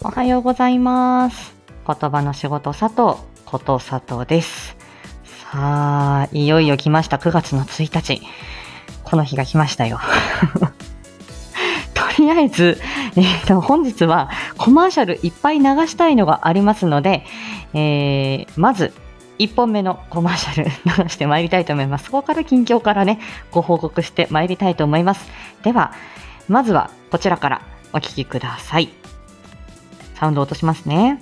おはようございます。言葉の仕事佐藤こと佐藤です。さあ、いよいよ来ました。9月の1日。この日が来ましたよ。とりあえず、本日はコマーシャルいっぱい流したいのがありますので、まず1本目のコマーシャル流してまいりたいと思います。そこから近況からね、ご報告してまいりたいと思います。では、まずはこちらからお聞きください。サウンド落としますね。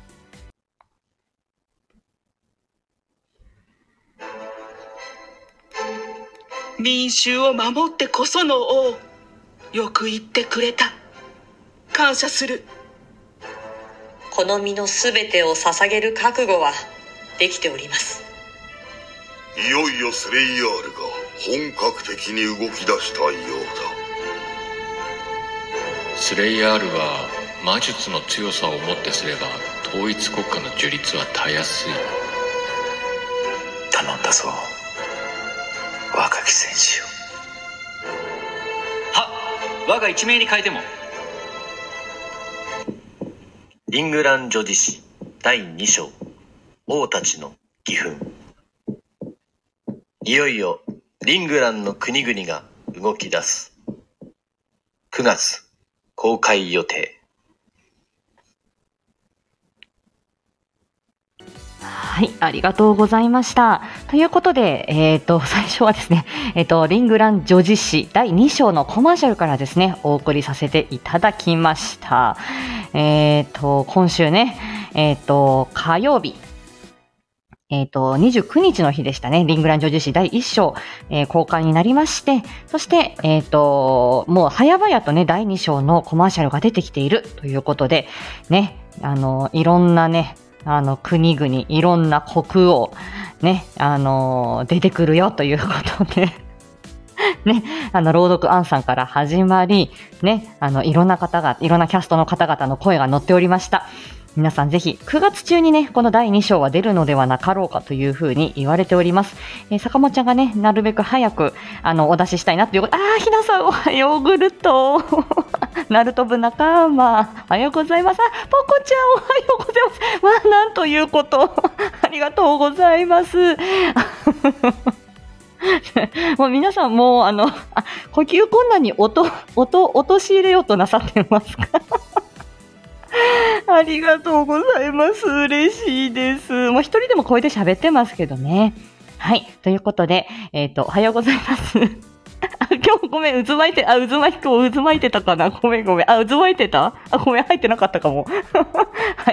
民衆を守ってこその王。よく言ってくれた。感謝する。 この身のすべてを捧げる覚悟はできております。 いよいよスレイヤールが本格的に動き出したようだ。 スレイヤールは魔術の強さをもってすれば統一国家の樹立はたやすい。 頼んだぞ、若き戦士よ。 は、我が一命に変えても。 リングラン女子史第2章、王たちの義憤。いよいよリングランの国々が動き出す。9月公開予定。 はい、ありがとうございました。ということで、最初はですね、リングラン女子史第2章のコマーシャルからですね、お送りさせていただきました。今週ね、火曜日、29日の日でしたね。リングラン女子史第1章、公開になりまして、そして、もう早々とね、第2章のコマーシャルが出てきているということで、ね、いろんなね、国々、いろんな国王、ね、出てくるよということで、ね、朗読アンさんから始まり、ね、いろんなキャストの方々の声が載っておりました。皆さんぜひ9月中にね、この第2章は出るのではなかろうかというふうに言われております。坂本ちゃんがね、なるべく早く、お出ししたいなということ。ひなさんおはようグルト。ナルト部仲間、おはようございます。ポコちゃんおはようございます。なんということ。ありがとうございます。もう皆さんも呼吸困難に陥れようとなさってますか？ありがとうございます。嬉しいです。もう一人でも声で喋ってますけどね。はい。ということで、おはようございます。今日ごめん、渦巻いてたかな？ごめん。渦巻いてた？ごめん、入ってなかったかも。はい。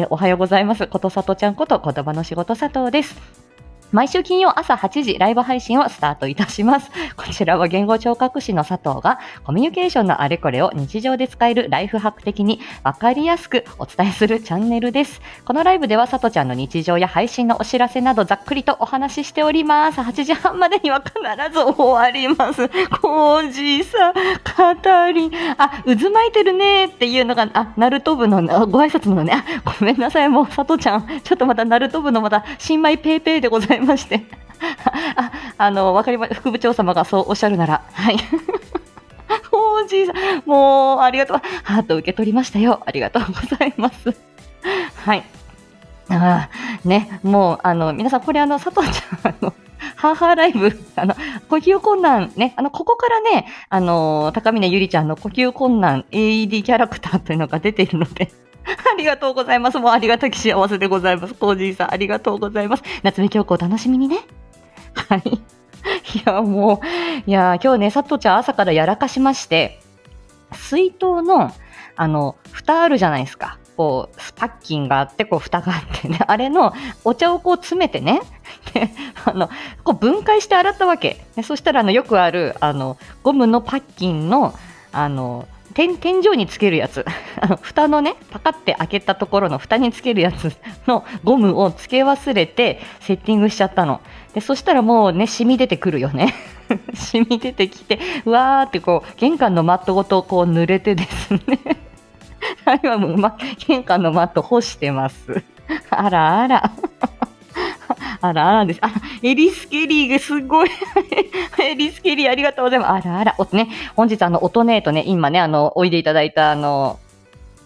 おはようございます。ことさとちゃんこと言葉の仕事佐藤です。毎週金曜朝8時ライブ配信をスタートいたします。こちらは言語聴覚士の佐藤がコミュニケーションのあれこれを日常で使えるライフハック的に分かりやすくお伝えするチャンネルです。このライブでは佐藤ちゃんの日常や配信のお知らせなどざっくりとお話ししております。8時半までには必ず終わります。コージーさん、カタリン、渦巻いてるねっていうのが、ナルト部のご挨拶なのね。ごめんなさい、もう佐藤ちゃん、ちょっとまたナルト部のまた新米ペーペーでございます。ましてわかりま、副部長様がそうおっしゃるなら、はい。おじいさん、もう、ありがとう。ハート受け取りましたよ。ありがとうございます。はい。ね、もう、皆さん、これ佐藤ちゃん、ハーライブ、呼吸困難、ね、ここからね、高峰ゆりちゃんの呼吸困難 AED キャラクターというのが出ているので、ありがとうございます。もうありがたき幸せでございます。コージーさん、ありがとうございます。夏目京子お楽しみにね。はい。今日ね、佐藤ちゃん朝からやらかしまして、水筒の、蓋あるじゃないですか。こう、パッキンがあって、こう、蓋があってね、あれのお茶をこう詰めてね、で、こう分解して洗ったわけ。そしたら、よくある、ゴムのパッキンの、天井につけるやつ蓋のねパカって開けたところの蓋につけるやつのゴムをつけ忘れてセッティングしちゃったので、そしたらもうね染み出てくるよね染み出てきてうわーってこう玄関のマットごとこう濡れてですね今もう、玄関のマット干してますあらあらあらあらです。エリスケリーがすごい。エリスケリーありがとうございます。あらあら。本日音ねとね、今ね、おいでいただいた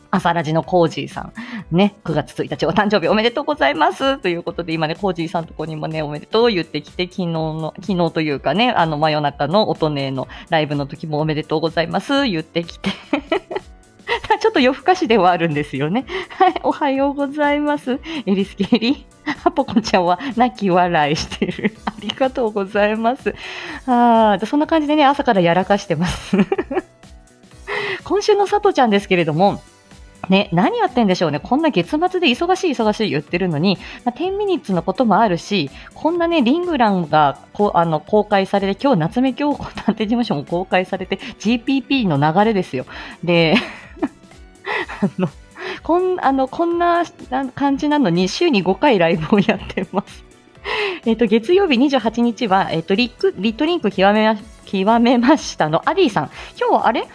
朝ラジのコージーさん。ね、9月1日お誕生日おめでとうございます。ということで、今ね、コージーさんとこにもね、おめでとう言ってきて、昨日というかね、真夜中の音音のライブの時もおめでとうございます。言ってきて。ちょっと夜更かしではあるんですよね。はい、おはようございます。エリスケリー。ポコちゃんは泣き笑いしてる。ありがとうございます。そんな感じでね、朝からやらかしてます。今週のさとちゃんですけれども、ね、何やってんでしょうね。こんな月末で忙しい言ってるのに、10ミニッツのこともあるし、こんなね、リングランが公開されて、今日夏目京子探偵事務所も公開されて、GPP の流れですよ。で、こんな感じなのに、週に5回ライブをやってます。月曜日28日は、リットリンク極めましたのアディさん。今日はあれ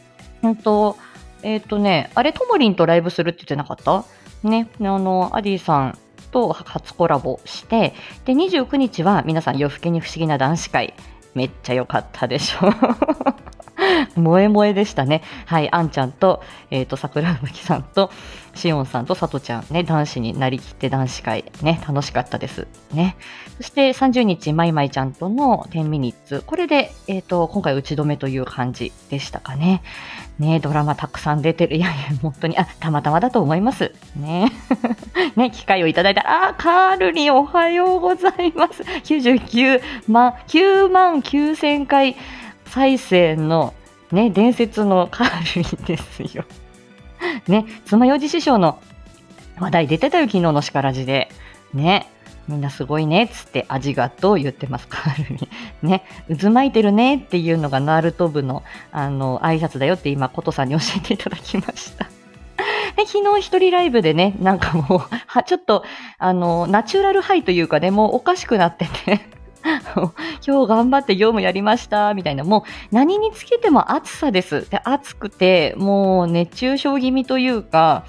あれ、ともりんとライブするって言ってなかったね、アディさんと初コラボして、で、29日は皆さん夜更けに不思議な男子会。めっちゃ良かったでしょ。萌え萌えでしたね。はい、あんちゃんと、桜吹さんと、しおんさんとさとちゃんね、男子になりきって男子会ね、楽しかったですね。そして30日、まいまいちゃんとの10ミニッツ。これで、今回打ち止めという感じでしたかね。ね、ドラマたくさん出てる。いやいや、本当に、たまたまだと思います。ね。ね、機会をいただいた。カールリンおはようございます。9万9000回再生のね、伝説のカールリンですよ。ね、爪楊枝師匠の話題出てたよ、昨日のしからじで。ね、みんなすごいね、つってありがとう言ってます、カールリン。ね、渦巻いてるねっていうのがナルト部の、挨拶だよって今、ことさんに教えていただきました。で昨日一人ライブでね、なんかもう、ちょっと、ナチュラルハイというかね、もうおかしくなってて、今日頑張って業務やりました、みたいな、もう何につけても暑さです。で、暑くて、もう熱中症気味というか、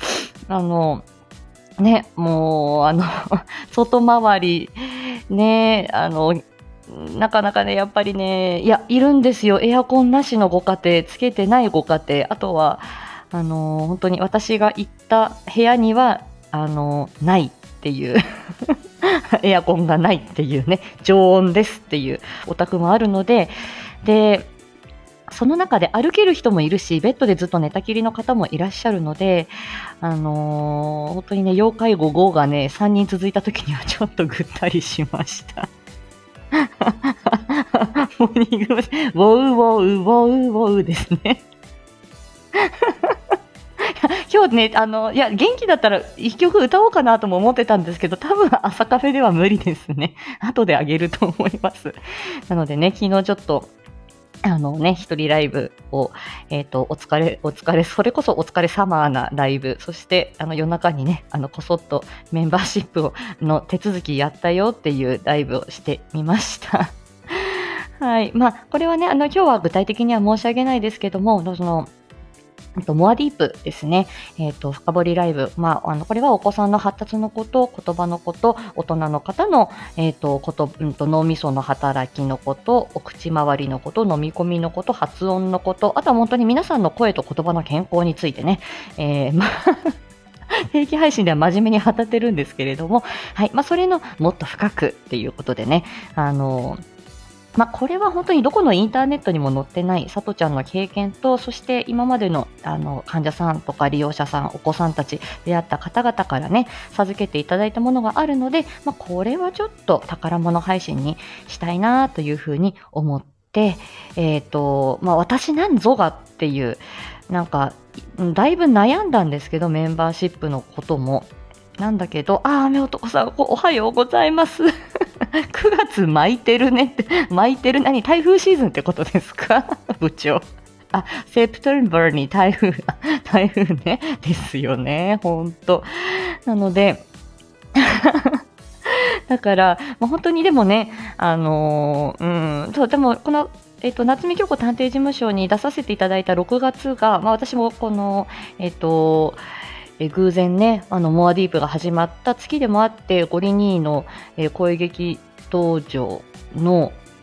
ね、もう、外回り、ね、なかなかね、やっぱりね、いるんですよ。エアコンなしのご家庭、つけてないご家庭、あとは、本当に私が行った部屋には、ないっていうエアコンがないっていうね、常温ですっていうお宅もあるので、で、その中で歩ける人もいるし、ベッドでずっと寝たきりの方もいらっしゃるので、本当にね、要介護5がね、3人続いた時にはちょっとぐったりしました。モーニング、ウォウウォウウォウウォウですね。今日ね、元気だったら一曲歌おうかなとも思ってたんですけど、多分朝カフェでは無理ですね。後であげると思います。なのでね、昨日ちょっと、一人ライブを、お疲れ、それこそお疲れサマーなライブ、そして、夜中にね、こそっとメンバーシップの手続きやったよっていうライブをしてみました。はい。まあ、これはね、今日は具体的には申し上げないですけども、モアディープですね。深掘りライブ。これはお子さんの発達のこと、言葉のこと、大人の方の、脳みその働きのこと、お口周りのこと、飲み込みのこと、発音のこと、あとは本当に皆さんの声と言葉の健康についてね、定期配信では真面目に語ってるんですけれども、はい。それのもっと深くっていうことでね、これは本当にどこのインターネットにも載ってないさとちゃんの経験と、そして今までの患者さんとか利用者さん、お子さんたち出会った方々からね、授けていただいたものがあるので、これはちょっと宝物配信にしたいなというふうに思って、私なんぞがっていう、なんか、だいぶ悩んだんですけど、メンバーシップのことも。なんだけど、雨男さん、おはようございます。9月巻いてるねって、巻いてる、台風シーズンってことですか部長。セプテンバーに台風ね、ですよね、ほんと。なので、だから、本当にでもね、そう、でも、この、夏目京子探偵事務所に出させていただいた6月が、私もこの、偶然ね、モアディープが始まった月でもあって、ゴリニーの、声劇道場の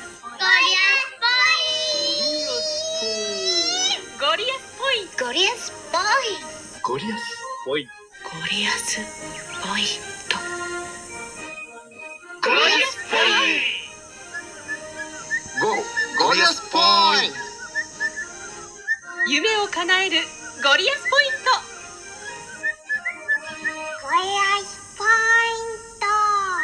ゴリアスポイント。ゴリアスポイント。 ゴリアスポイント。 ゴリアスポイント。 ゴリアスポイント。ゴリアスポイント。 夢を叶えるゴリアスポイント。 ゴリアスポイント。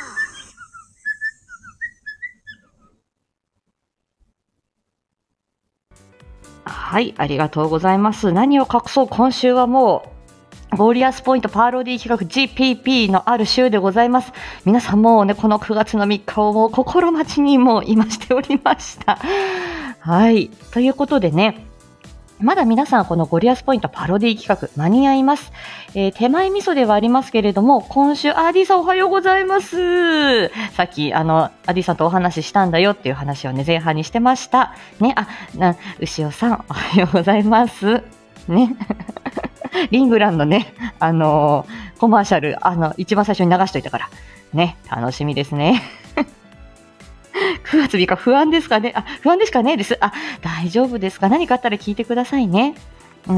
はい、ありがとうございます。何を隠そう、今週はもうゴリアスポイントパーロディ企画 GPP のある週でございます。皆さんもうね、この9月の3日をもう心待ちにも今しておりました。はい、ということでね、まだ皆さんこのゴリアスポイントパロディ企画間に合います。手前味噌ではありますけれども、今週、アディさんおはようございます。さっき、アディさんとお話ししたんだよっていう話をね、前半にしてました。ね、牛尾さんおはようございます。ね。リングランのね、コマーシャル、一番最初に流しといたから、ね、楽しみですね。9月3日不安ですかね。不安ですかねです。大丈夫ですか。何かあったら聞いてくださいね。うん。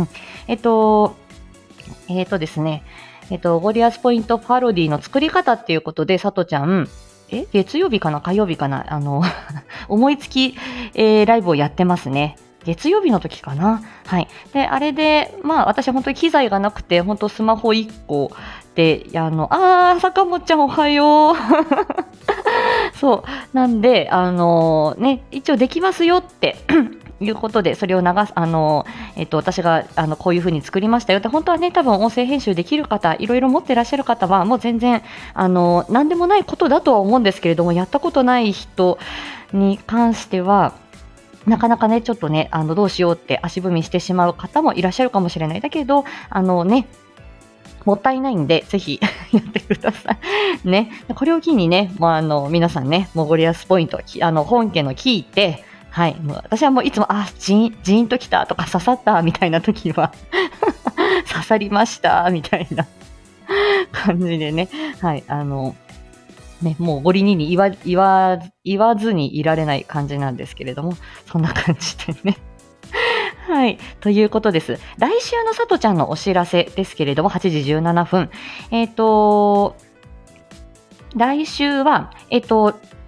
ですね。ゴリアスポイントパロディの作り方っていうことで、さとちゃん、月曜日かな火曜日かな思いつき、ライブをやってますね。月曜日の時かな。はい。で、あれで、私は本当に機材がなくて、本当スマホ1個で、坂本ちゃんおはよう。そう。なんで、一応できますよっていうことで、それを私が、こういう風に作りましたよって、本当はね、多分音声編集できる方、いろいろ持ってらっしゃる方は、もう全然、なんでもないことだとは思うんですけれども、やったことない人に関しては、なかなかね、ちょっとね、どうしようって足踏みしてしまう方もいらっしゃるかもしれない。だけど、もったいないんで、ぜひやってください。ね。これを機にね、皆さんね、もうゴリアスポイント、本家の聞いて、はい。もう私はもういつも、ジーンときたとか刺さったみたいな時は、刺さりましたみたいな感じでね、はい。ね、もうゴリに言わずにいられない感じなんですけれども、そんな感じでね。はい。ということです。来週のさとちゃんのお知らせですけれども、8時17分。来週は、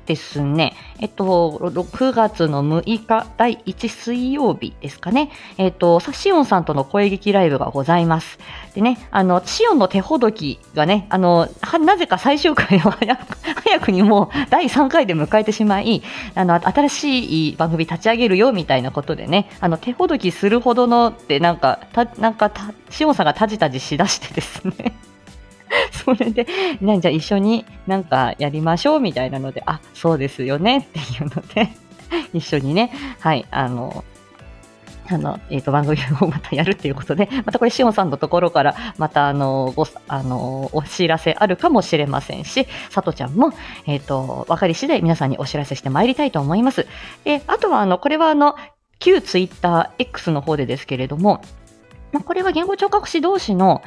ですね、6月の6日、第1水曜日ですかね、シオンさんとの声劇ライブがございます。でね、シオンの手ほどきがね、なぜか最終回を早くにもう第3回で迎えてしまい、新しい番組立ち上げるよみたいなことでね、手ほどきするほどのって、シオンさんがタジタジしだしてですね。それで、じゃあ一緒になんかやりましょうみたいなので、あ、そうですよねっていうので、一緒にね、はい、番組をまたやるっていうことで、またこれシオンさんのところからまたお知らせあるかもしれませんし、さとちゃんも分かり次第皆さんにお知らせしてまいりたいと思います。で、あとはこれは旧ツイッター X の方でですけれども、これは言語聴覚士同士の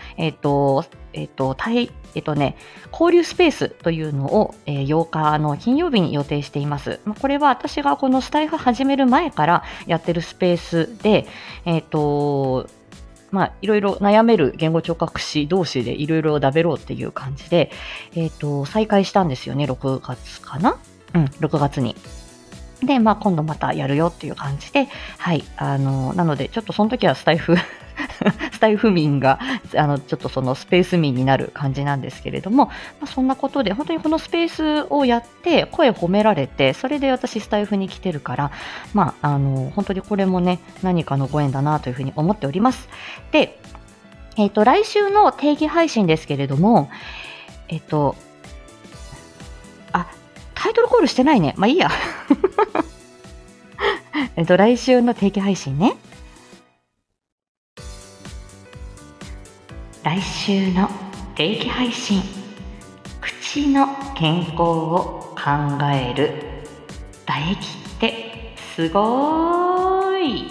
交流スペースというのを、8日の金曜日に予定しています。これは私がこのスタイフ始める前からやってるスペースで、いろいろ悩める言語聴覚士同士でいろいろだべろうっていう感じで、再開したんですよね、6月かな？6月に。で、今度またやるよっていう感じで、はい、なので、ちょっとその時はスタイフ民が、ちょっとそのスペース民になる感じなんですけれども、そんなことで、本当にこのスペースをやって、声褒められて、それで私スタイフに来てるから、本当にこれもね、何かのご縁だなというふうに思っております。で、来週の定期配信ですけれども、タイトルコールしてないね。いいや。来週の定期配信ね。来週の定期配信。口の健康を考える。唾液ってすごーい。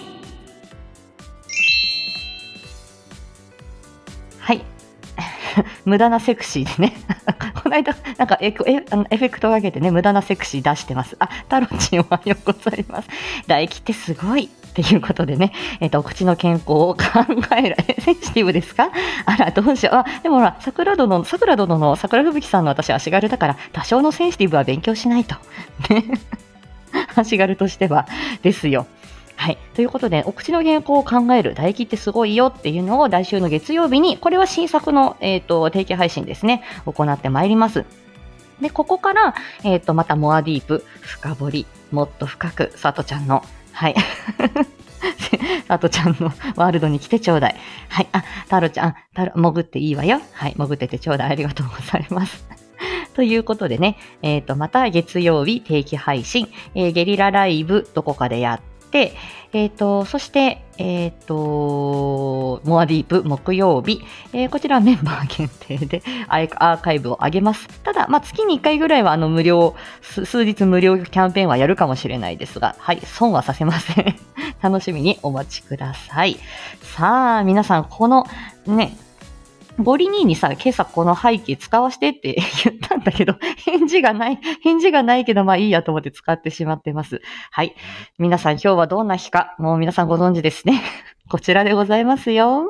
はい。無駄なセクシーでね。この間、エフェクトをかけてね、無駄なセクシー出してます。タロチンおはようございます。唾液ってすごいっていうことでね、お口の健康を考える。センシティブですか？あら、どうしよう。でもほら、桜殿の桜吹雪さんの私足軽だから、多少のセンシティブは勉強しないと。ね。足軽としては、ですよ。はい。ということで、お口の健康を考える唾液ってすごいよっていうのを来週の月曜日に、これは新作の、定期配信ですね、行ってまいります。で、ここから、またモアディープ、深掘り、もっと深く、さとちゃんの、はい。さとちゃんのワールドに来てちょうだい。はい。タロちゃん、潜っていいわよ。はい。潜っててちょうだい。ありがとうございます。ということでね、また月曜日定期配信、ゲリラライブどこかでやって、そして、モアディープ木曜日、こちらはメンバー限定でアーカイブを上げます。ただ、月に1回ぐらいは無料、数日無料キャンペーンはやるかもしれないですが、はい、損はさせません。楽しみにお待ちください。さあ、皆さん、このね、ゴリニーにさ、今朝この背景使わせてって言ったんだけど、返事がないけど、いいやと思って使ってしまってます。はい。皆さん今日はどんな日か、もう皆さんご存知ですね。こちらでございますよ。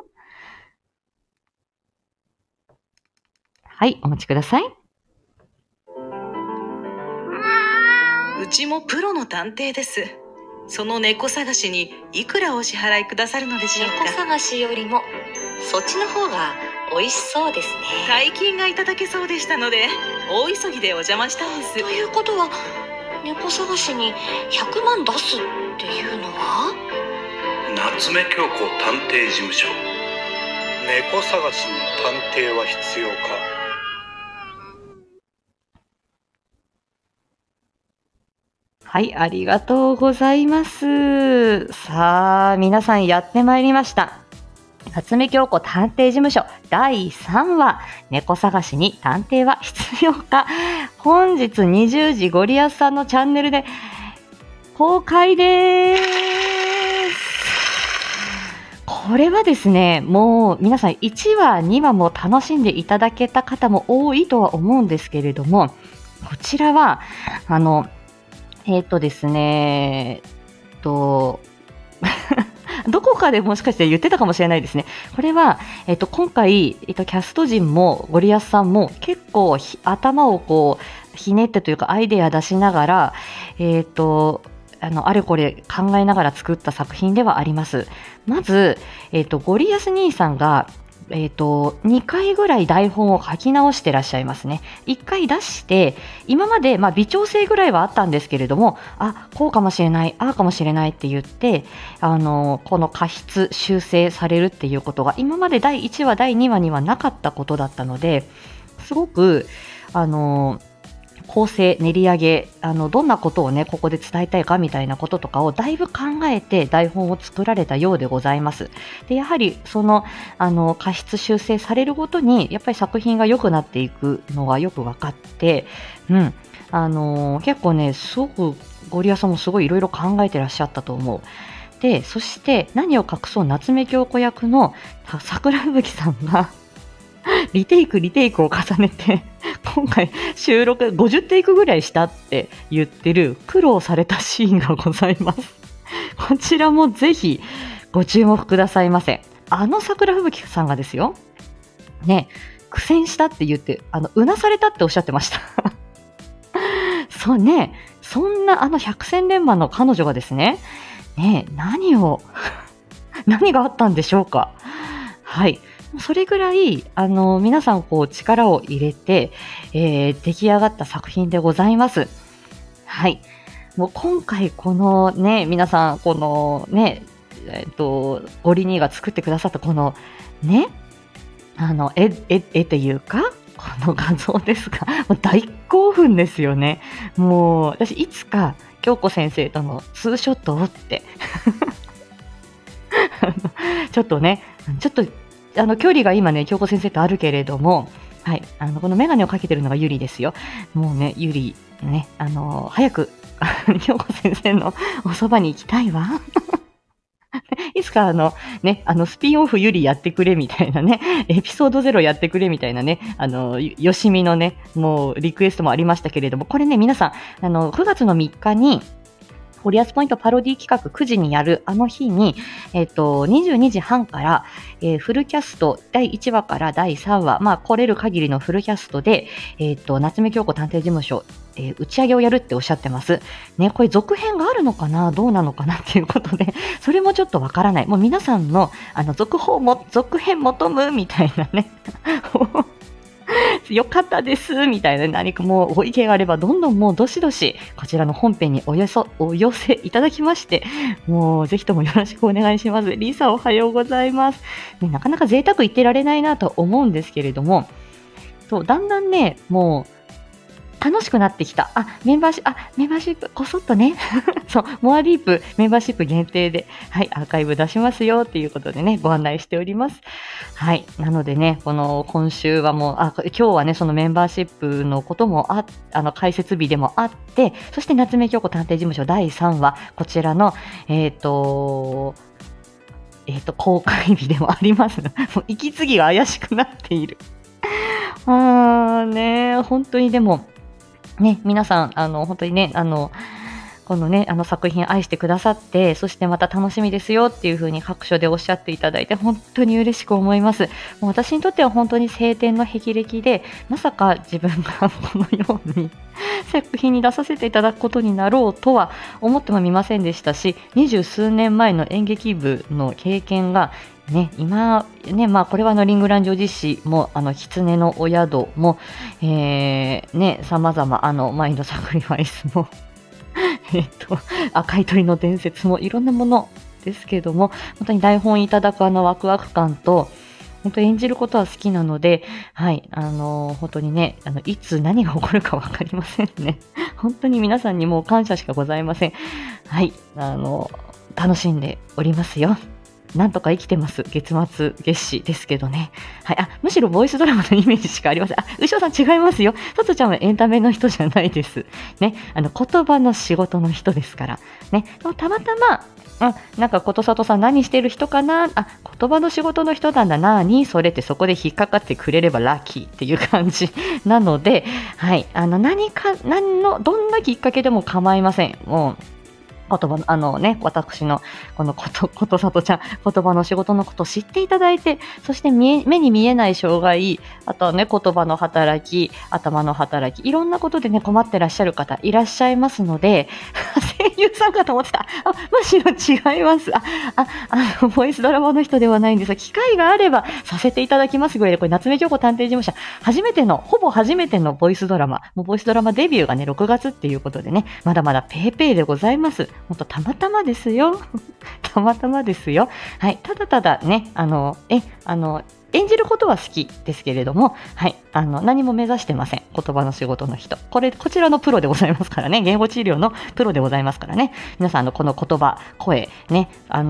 はい、お待ちください。 うちもプロの探偵です。その猫探しにいくらお支払いくださるのでしょうか。 猫探しよりも、そっちの方が美味しそうですね。 大金がいただけそうでしたので、大急ぎでお邪魔したんです。 ということは、猫探しに100万出すっていうのは？ 夏目京子探偵事務所。猫探しに探偵は必要か？ はい、ありがとうございます。さあ、皆さんやってまいりました。夏目京子探偵事務所第3話、猫探しに探偵は必要か。本日20時ゴリアスさんのチャンネルで公開です。これはですね、もう皆さん1話、2話も楽しんでいただけた方も多いとは思うんですけれども、こちらは、ですね、どこかかでもしかして言ってたかもしれないですね。これは、今回、キャスト陣もゴリアスさんも結構頭をこうひねってというかアイデア出しながら、あれこれ考えながら作った作品ではあります。まず、ゴリアス兄さんが2回ぐらい台本を書き直してらっしゃいますね。1回出して、今まで微調整ぐらいはあったんですけれども、こうかもしれない、ああかもしれないって言って、この過失修正されるっていうことが今まで第1話、第2話にはなかったことだったので、すごく、構成、練り上げ、どんなことをね、ここで伝えたいかみたいなこととかをだいぶ考えて台本を作られたようでございます。で、やはりその、過失修正されるごとに、やっぱり作品が良くなっていくのがよく分かって、結構ね、すごくゴリアさんもすごいいろいろ考えてらっしゃったと思う。で、そして何を隠そう夏目京子役の桜吹雪さんがリテイクを重ねて今回収録50テイクぐらいしたって言ってる苦労されたシーンがございます。こちらもぜひご注目くださいませ。桜吹雪さんがですよね、苦戦したって言ってうなされたっておっしゃってましたそうね、そんな百戦錬磨の彼女がですね、何があったんでしょうか。はい、それぐらい皆さんこう力を入れて、出来上がった作品でございます。はい、もう今回このね、皆さんこのね、ゴリ兄が作ってくださったこのね、絵っていうかこの画像ですが、もう大興奮ですよね。もう私いつか京子先生とのツーショットをってちょっと距離が今ね、京子先生とあるけれども、はい、このメガネをかけてるのがゆりですよ。もうね、ゆりね、早く京子先生のおそばに行きたいわ。いつかスピンオフゆりやってくれみたいなね、エピソード0やってくれみたいなね、よしみのね、もうリクエストもありましたけれども、これね、皆さん、9月の3日に、ゴリアスポイントパロディ企画9時にやる日に、22時半から、フルキャスト第1話から第3話、来れる限りのフルキャストで、夏目京子探偵事務所、打ち上げをやるっておっしゃってます。ね、これ続編があるのかな、どうなのかなっていうことで、それもちょっとわからない。もう皆さんの、続編求むみたいなね。よかったですみたいな何かもうご意見があればどんどんもうどしどしこちらの本編にお寄せいただきまして、もうぜひともよろしくお願いします。リーさんおはようございます、ね、なかなか贅沢言ってられないなと思うんですけれども、だんだんね、もう楽しくなってきた。メンバーシップこそっとねそうモアディープメンバーシップ限定で、はい、アーカイブ出しますよっていうことでね、ご案内しております。はい、なのでね、今週はもう今日はね、そのメンバーシップのことも解説日でもあって、そして夏目京子探偵事務所第3話、こちらの公開日でもあります。もう息継ぎが怪しくなっているね、本当にでもね、皆さん、本当にね、このね、作品愛してくださって、そしてまた楽しみですよっていう風に各所でおっしゃっていただいて、本当に嬉しく思います。もう私にとっては本当に晴天の霹靂で、まさか自分がこのように作品に出させていただくことになろうとは思ってもみませんでしたし、20数年前の演劇部の経験が、ね、今ね、これはリングランジョ実施も狐のお宿も、様々マインドサクリファイスも赤い鳥の伝説もいろんなものですけども、本当に台本いただくワクワク感と、本当に演じることは好きなので、はい、本当にね、いつ何が起こるかわかりませんね。本当に皆さんにもう感謝しかございません。はい、楽しんでおりますよ。なんとか生きてます。月末月始ですけどね。はい。むしろボイスドラマのイメージしかありません。牛尾さん違いますよ。さとちゃんはエンタメの人じゃないです。ね。言葉の仕事の人ですから。ね。たまたま、なんかことさとさん何してる人かな、言葉の仕事の人なんだなに、それってそこで引っかかってくれればラッキーっていう感じなので、はい。どんなきっかけでも構いません。もう、 言葉の、私のこのことさとちゃん、言葉の仕事のことを知っていただいて、そして目に見えない障害、あとはね、言葉の働き、頭の働き、いろんなことでね、困ってらっしゃる方いらっしゃいますので、声優さんかと思ってた。むしろ違います。ボイスドラマの人ではないんですが、機会があればさせていただきますぐらいで、これ、夏目京子探偵事務所、ほぼ初めてのボイスドラマ、もうボイスドラマデビューがね、6月っていうことでね、まだまだペーペーでございます。ほんとたまたまですよ。たまたまですよ。はい。ただただね、演じることは好きですけれども、はい。何も目指してません。言葉の仕事の人。こちらのプロでございますからね。言語治療のプロでございますからね。皆さん、この言葉、声、ね、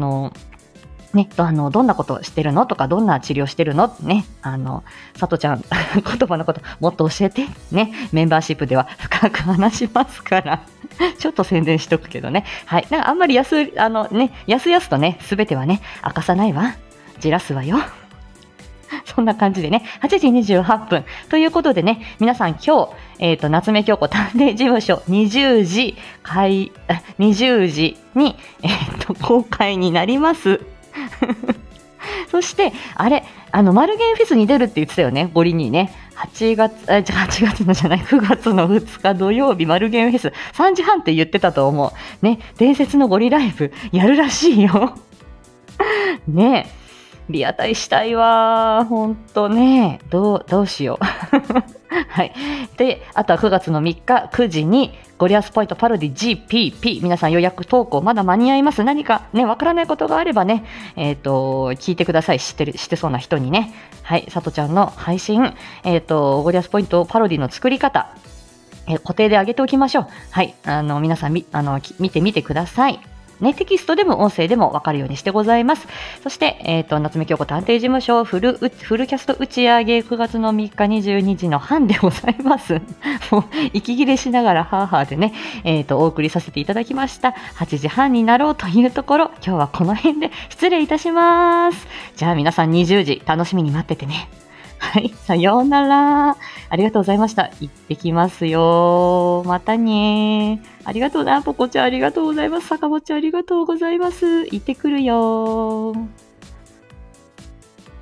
どんなことをしてるのとか、どんな治療してるのね、さとちゃん、言葉のこともっと教えて、ね、メンバーシップでは深く話しますから、ちょっと宣伝しとくけどね。はい。なんかあんまりやすやすとね、すべてはね、明かさないわ。じらすわよ。そんな感じでね、8時28分。ということでね、皆さん今日、夏目京子探偵事務所20時に、公開になります。そして、マルゲンフェスに出るって言ってたよね、ゴリにね。9月の2日土曜日、マルゲンフェス、3時半って言ってたと思う。ね、伝説のゴリライブ、やるらしいよ。ねえ。リアタイしたいわ。ほんとね。どうしよう。はい。で、あとは9月の3日9時にゴリアスポイントパロディ GPP。皆さん予約投稿まだ間に合います。何かね、わからないことがあればね、聞いてください。知ってそうな人にね。はい。さとちゃんの配信、ゴリアスポイントパロディの作り方、固定で上げておきましょう。はい。皆さん見てみてください。ね、テキストでも音声でも分かるようにしてございます。そして、夏目京子探偵事務所フルキャスト打ち上げ9月の3日22時の半でございます。もう息切れしながらハーハーでね、お送りさせていただきました。8時半になろうというところ、今日はこの辺で失礼いたします。じゃあ皆さん20時楽しみに待っててね。はい、さようなら。ありがとうございました。行ってきますよ。またね。ありがとうな、ポコちゃんありがとうございます。坂本ちゃんありがとうございます。行ってくるよ。